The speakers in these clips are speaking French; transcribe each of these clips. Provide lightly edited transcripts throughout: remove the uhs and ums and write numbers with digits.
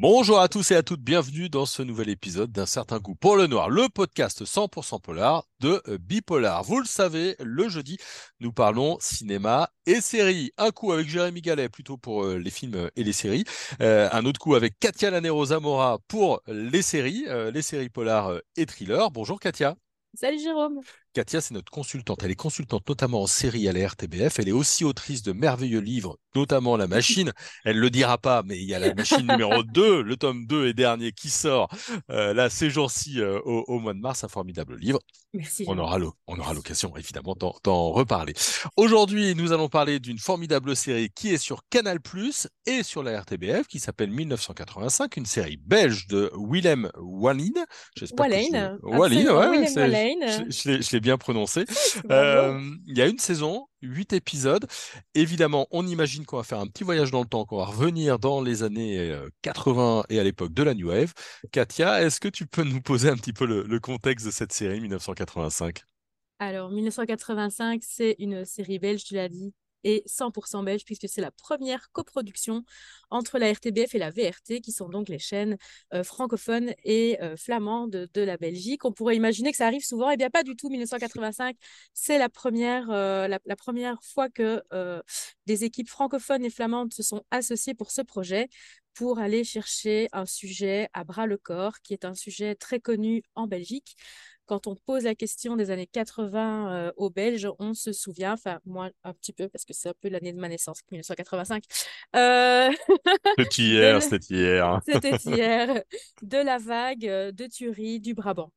Bonjour à tous et à toutes, bienvenue dans ce nouvel épisode d'Un certain goût pour le noir, le podcast 100% polar de Bipolar. Vous le savez, le jeudi, nous parlons cinéma et séries. Un coup avec Jérémy Gallet, plutôt pour les films et les séries. Un autre coup avec Katia Lanero Zamora pour les séries polars et thrillers. Bonjour Katia. Salut Jérôme. Katia, c'est notre consultante. Elle est consultante notamment en série à la RTBF. Elle est aussi autrice de merveilleux livres, notamment La Machine. Elle le dira pas, mais il y a La Machine numéro 2, le tome 2 et dernier qui sort là ces jours-ci au mois de mars. Un formidable livre. Merci On Jérôme. aura on aura Merci. l'occasion, évidemment, d'en reparler. Aujourd'hui, nous allons parler d'une formidable série qui est sur Canal+ et sur la RTBF, qui s'appelle 1985, une série belge de Willem Wallin. J'espère que Wallin, Absolument, ouais, Willem Wallin. je l'ai bien prononcé. Bravo. Il y a une saison, 8 épisodes. Évidemment, on imagine qu'on va faire un petit voyage dans le temps, qu'on va revenir dans les années 80 et à l'époque de la New Wave. Katia, est-ce que tu peux nous poser un petit peu le contexte de cette série 1985? Alors, 1985, c'est une série belge, tu l'as dit, et 100% belge, puisque c'est la première coproduction entre la RTBF et la VRT, qui sont donc les chaînes francophones et flamandes de la Belgique. On pourrait imaginer que ça arrive souvent, eh bien pas du tout. 1985, c'est la première fois que des équipes francophones et flamandes se sont associées pour ce projet, pour aller chercher un sujet à bras le corps, qui est un sujet très connu en Belgique. Quand on pose la question des années 80 aux Belges, on se souvient, enfin moi un petit peu parce que c'est un peu l'année de ma naissance, 1985, euh, C'était de hier, c'était hier. c'était hier, de la vague de tuerie du Brabant.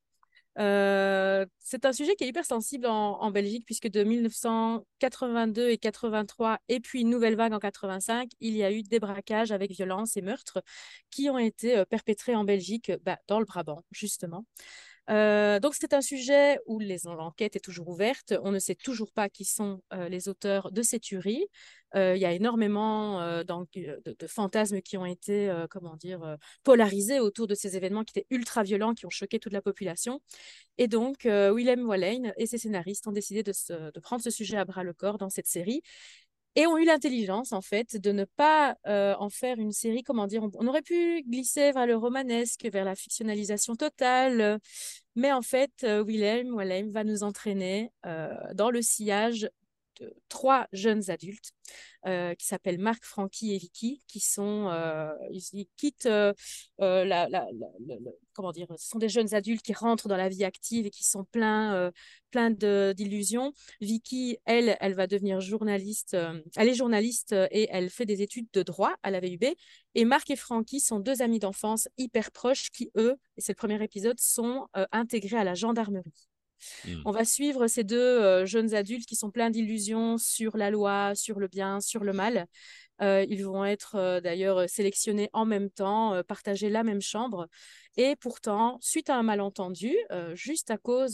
C'est un sujet qui est hyper sensible en Belgique puisque de 1982 et 83 et puis une nouvelle vague en 85, il y a eu des braquages avec violence et meurtres qui ont été perpétrés en Belgique, dans le Brabant justement. Donc, c'est un sujet où l'enquête est toujours ouverte. On ne sait toujours pas qui sont les auteurs de ces tueries. Il y a énormément de fantasmes qui ont été, comment dire, polarisés autour de ces événements qui étaient ultra violents, qui ont choqué toute la population. Et donc, Willem Wallin et ses scénaristes ont décidé de prendre ce sujet à bras le corps dans cette série et ont eu l'intelligence, en fait, de ne pas en faire une série, comment dire, on aurait pu glisser vers le romanesque, vers la fictionnalisation totale, mais en fait, Willem Wallem va nous entraîner dans le sillage de trois jeunes adultes qui s'appellent Marc, Francky et Vicky, ils quittent comment dire, ce sont des jeunes adultes qui rentrent dans la vie active et qui sont pleins d'illusions. Vicky, elle va devenir journaliste, elle est journaliste et elle fait des études de droit à la VUB. Et Marc et Francky sont deux amis d'enfance hyper proches qui, eux, et c'est le premier épisode, sont intégrés à la gendarmerie. Hmm. On va suivre ces deux jeunes adultes qui sont pleins d'illusions sur la loi, sur le bien, sur le mal. Ils vont être d'ailleurs sélectionnés en même temps, partager la même chambre. Et pourtant, suite à un malentendu, juste à cause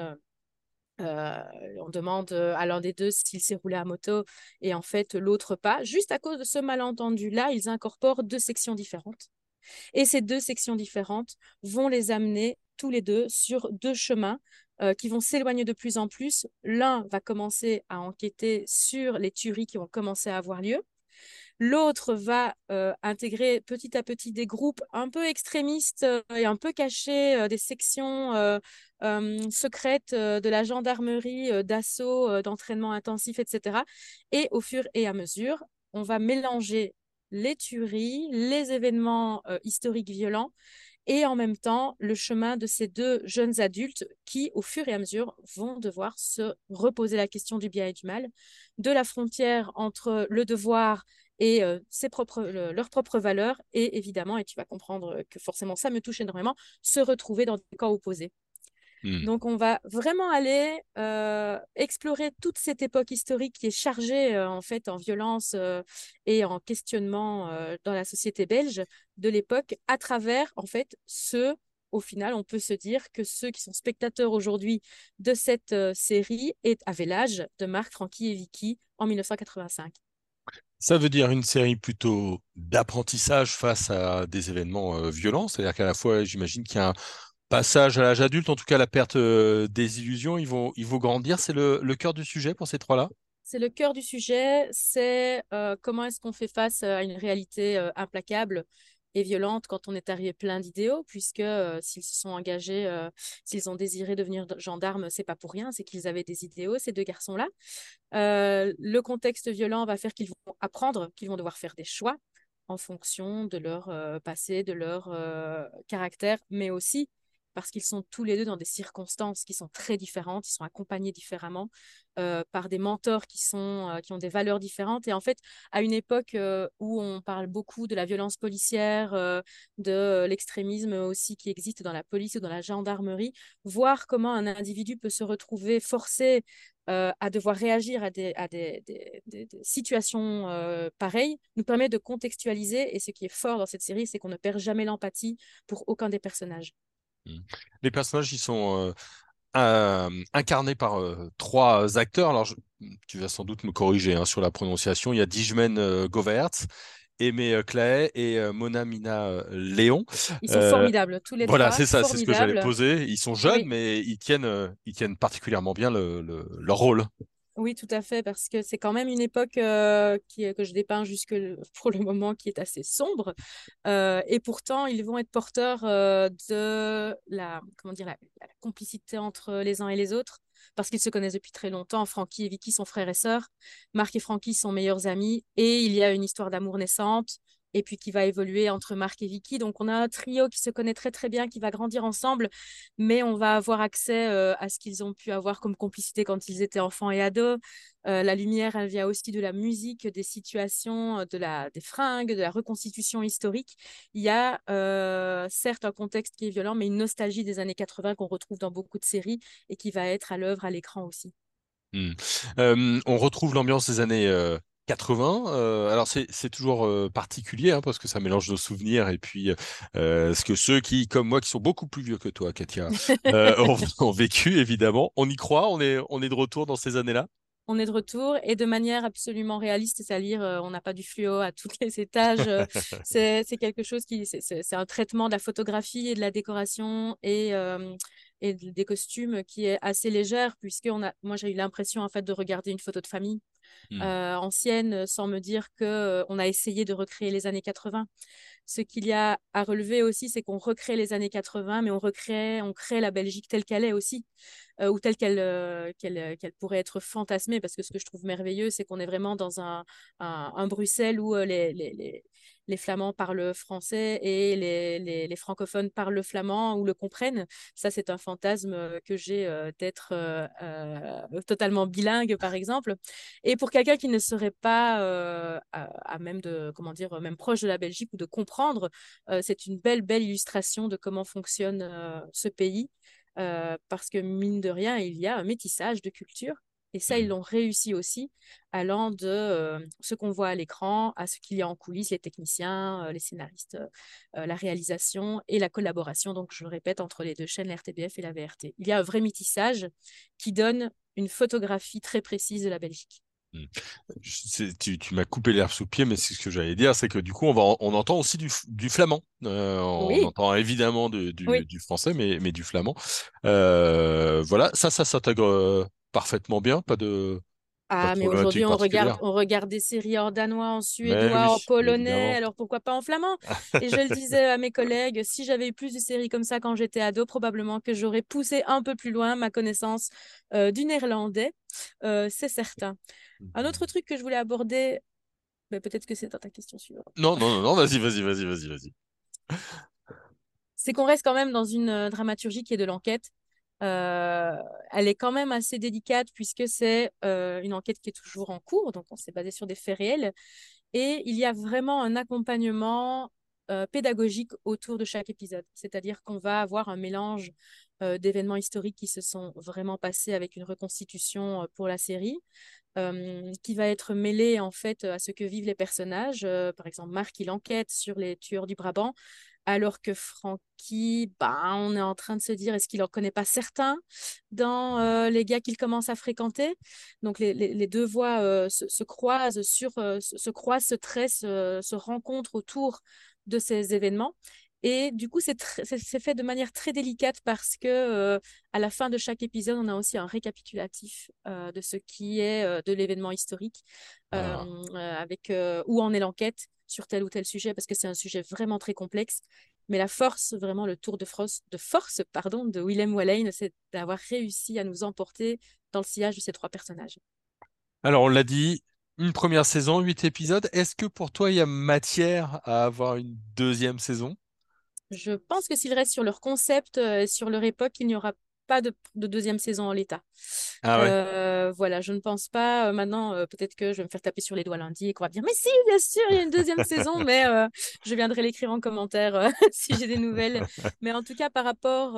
euh, on demande à l'un des deux s'il s'est roulé à moto et en fait l'autre pas. Juste à cause de ce malentendu-là, ils incorporent deux sections différentes. Et ces deux sections différentes vont les amener tous les deux sur deux chemins qui vont s'éloigner de plus en plus. L'un va commencer à enquêter sur les tueries qui vont commencer à avoir lieu. L'autre va intégrer petit à petit des groupes un peu extrémistes et un peu cachés, des sections secrètes de la gendarmerie, d'assaut, d'entraînement intensif, etc. Et au fur et à mesure, on va mélanger les tueries, les événements historiques violents et en même temps le chemin de ces deux jeunes adultes qui, au fur et à mesure, vont devoir se reposer la question du bien et du mal, de la frontière entre le devoir et leurs propres valeurs, et évidemment, et tu vas comprendre que forcément ça me touche énormément, se retrouver dans des camps opposés. Hmm. Donc, on va vraiment aller explorer toute cette époque historique qui est chargée en fait en violence et en questionnement dans la société belge de l'époque à travers en fait au final, on peut se dire que ceux qui sont spectateurs aujourd'hui de cette série avaient l'âge de Marc, Francky et Vicky en 1985. Ça veut dire une série plutôt d'apprentissage face à des événements violents, c'est-à-dire qu'à la fois, j'imagine qu'il y a un passage à l'âge adulte, en tout cas la perte des illusions, ils vont grandir, c'est le cœur du sujet pour ces trois-là? C'est le cœur du sujet, c'est comment est-ce qu'on fait face à une réalité implacable et violente quand on est arrivé plein d'idéaux, puisque s'ils se sont engagés, s'ils ont désiré devenir gendarmes, c'est pas pour rien, c'est qu'ils avaient des idéaux, ces deux garçons-là. Le contexte violent va faire qu'ils vont apprendre, qu'ils vont devoir faire des choix en fonction de leur passé, de leur caractère, mais aussi parce qu'ils sont tous les deux dans des circonstances qui sont très différentes, ils sont accompagnés différemment par des mentors qui ont des valeurs différentes. Et en fait, à une époque où on parle beaucoup de la violence policière, de l'extrémisme aussi qui existe dans la police ou dans la gendarmerie, voir comment un individu peut se retrouver forcé à devoir réagir à des situations pareilles, nous permet de contextualiser. Et ce qui est fort dans cette série, c'est qu'on ne perd jamais l'empathie pour aucun des personnages. Mm. Les personnages, ils sont incarnés par trois acteurs. Alors, tu vas sans doute me corriger hein, sur la prononciation. Il y a Dijmen Govaerts, Aimé Claet et Mona Mina Léon. Ils sont Euh, formidables, tous les voilà, trois, c'est ça, c'est ce que j'allais formidables. poser. Ils sont jeunes, Oui, mais ils tiennent particulièrement bien leur rôle. oui, tout à fait, parce que c'est quand même une époque que je dépeins jusque pour le moment qui est assez sombre. Et pourtant, ils vont être porteurs de comment dire, la complicité entre les uns et les autres, parce qu'ils se connaissent depuis très longtemps. Frankie et Vicky sont frères et sœurs. Marc et Frankie sont meilleurs amis. Et il y a une histoire d'amour naissante, et puis qui va évoluer entre Marc et Vicky. Donc, on a un trio qui se connaît très, très bien, qui va grandir ensemble, mais on va avoir accès à ce qu'ils ont pu avoir comme complicité quand ils étaient enfants et ados. La lumière, elle vient aussi de la musique, des situations, des fringues, de la reconstitution historique. Il y a certes un contexte qui est violent, mais une nostalgie des années 80 qu'on retrouve dans beaucoup de séries et qui va être à l'œuvre à l'écran aussi. Hmm. On retrouve l'ambiance des années 80. Alors c'est toujours particulier hein, parce que ça mélange nos souvenirs et puis ce que ceux qui, comme moi, qui sont beaucoup plus vieux que toi, Katia, ont vécu évidemment. On y croit. On est de retour dans ces années-là. On est de retour et de manière absolument réaliste, c'est-à-dire on n'a pas du fluo à tous les étages. C'est quelque chose c'est un traitement de la photographie et de la décoration et des costumes qui est assez légère puisque moi j'ai eu l'impression en fait de regarder une photo de famille Hmm. ancienne sans me dire que on a essayé de recréer les années 80. Ce qu'il y a à relever aussi, c'est qu'on recrée les années 80, mais on crée la Belgique telle qu'elle est aussi, ou telle qu'elle pourrait être fantasmée, parce que ce que je trouve merveilleux, c'est qu'on est vraiment dans un Bruxelles où les Flamands parlent français et les francophones parlent le flamand ou le comprennent. Ça, c'est un fantasme que j'ai d'être totalement bilingue, par exemple. Et pour quelqu'un qui ne serait pas à même comment dire, même proche de la Belgique ou de comprendre, c'est une belle, belle illustration de comment fonctionne ce pays. Parce que mine de rien, il y a un métissage de culture. Et ça, ils Hmm. l'ont réussi aussi, allant de ce qu'on voit à l'écran à ce qu'il y a en coulisses, les techniciens, les scénaristes, la réalisation et la collaboration, donc je le répète, entre les deux chaînes, la RTBF et la VRT. Il y a un vrai métissage qui donne une photographie très précise de la Belgique. Hmm. Tu m'as coupé l'herbe sous le pied, mais c'est ce que j'allais dire, c'est que du coup, on entend aussi du flamand. On Oui, entend évidemment oui. du français, mais du flamand. Voilà, ça s'intègre parfaitement bien, pas de Ah, mais aujourd'hui, problématique particulière. on regarde des séries en danois, en Mais suédois, en oui, polonais, évidemment. alors pourquoi pas en flamand? Et je le disais à mes collègues, si j'avais eu plus de séries comme ça quand j'étais ado, probablement que j'aurais poussé un peu plus loin ma connaissance du néerlandais, c'est certain. Un autre truc que je voulais aborder, mais peut-être que c'est dans ta question suivante, Non, non, non, non, vas-y. c'est qu'on reste quand même dans une dramaturgie qui est de l'enquête. Euh, Elle est quand même assez délicate puisque c'est une enquête qui est toujours en cours, donc on s'est basé sur des faits réels. Et il y a vraiment un accompagnement pédagogique autour de chaque épisode. C'est-à-dire qu'on va avoir un mélange d'événements historiques qui se sont vraiment passés avec une reconstitution pour la série, qui va être mêlé en fait à ce que vivent les personnages. Par exemple, Marc, il enquête sur les tueurs du Brabant, alors que Francky, bah, on est en train de se dire, est-ce qu'il en connaît pas certains dans les gars qu'il commence à fréquenter? Donc les deux voies se croisent, se croisent, se tressent, se rencontrent autour de ces événements. Et du coup, c'est fait de manière très délicate parce que à la fin de chaque épisode, on a aussi un récapitulatif de ce qui est de l'événement historique, Ah. avec où en est l'enquête sur tel ou tel sujet, parce que c'est un sujet vraiment très complexe. Mais la force, vraiment le tour de force, pardon, de Willem Wallin, c'est d'avoir réussi à nous emporter dans le sillage de ces trois personnages. Alors, on l'a dit, une première saison, 8 épisodes. Est-ce que pour toi, il y a matière à avoir une deuxième saison? Je pense que s'ils restent sur leur concept, sur leur époque, il n'y aura pas de deuxième saison en l'état. Ah ouais. Voilà, je ne pense pas. Maintenant, peut-être que je vais me faire taper sur les doigts lundi et qu'on va me dire, mais si, bien sûr, il y a une deuxième saison, mais je viendrai l'écrire en commentaire si j'ai des nouvelles. Mais en tout cas, par rapport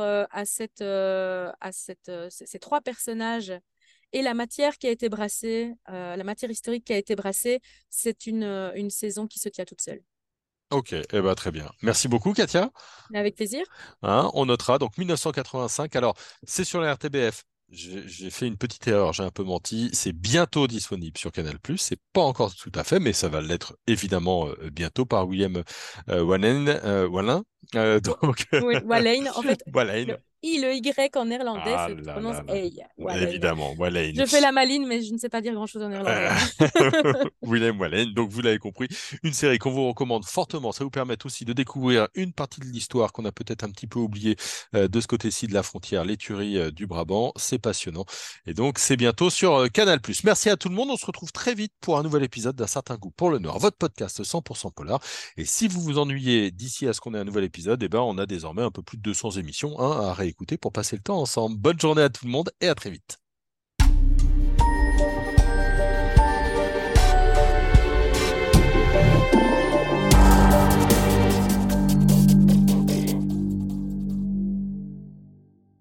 ces trois personnages et la matière qui a été brassée, la matière historique qui a été brassée, c'est une saison qui se tient toute seule. Ok, eh ben, très bien. Merci beaucoup, Katia. Mais avec plaisir. Hein, on notera donc 1985. Alors, c'est sur la RTBF. J'ai fait une petite erreur, j'ai un peu menti. C'est bientôt disponible sur Canal+. C'est pas encore tout à fait, mais ça va l'être évidemment bientôt par William Wallin. Donc, Oui, Wallane. En fait, Wallin. le I, le Y en néerlandais Ah se là prononce là là. Ey. Wallane. Évidemment, Wallin. Je fais la maline, mais je ne sais pas dire grand-chose en néerlandais, Euh, hein. Willem Wallen, donc vous l'avez compris, une série qu'on vous recommande fortement. Ça vous permet aussi de découvrir une partie de l'histoire qu'on a peut-être un petit peu oubliée de ce côté-ci de la frontière, les tueries du Brabant. C'est passionnant. Et donc, c'est bientôt sur Canal+. Merci à tout le monde. On se retrouve très vite pour un nouvel épisode d'Un certain goût pour le Noir, votre podcast 100% polar. Et si vous vous ennuyez d'ici à ce qu'on ait un nouvel épisode, eh ben, on a désormais un peu plus de 200 émissions hein, à réécouter pour passer le temps ensemble. Bonne journée à tout le monde et à très vite.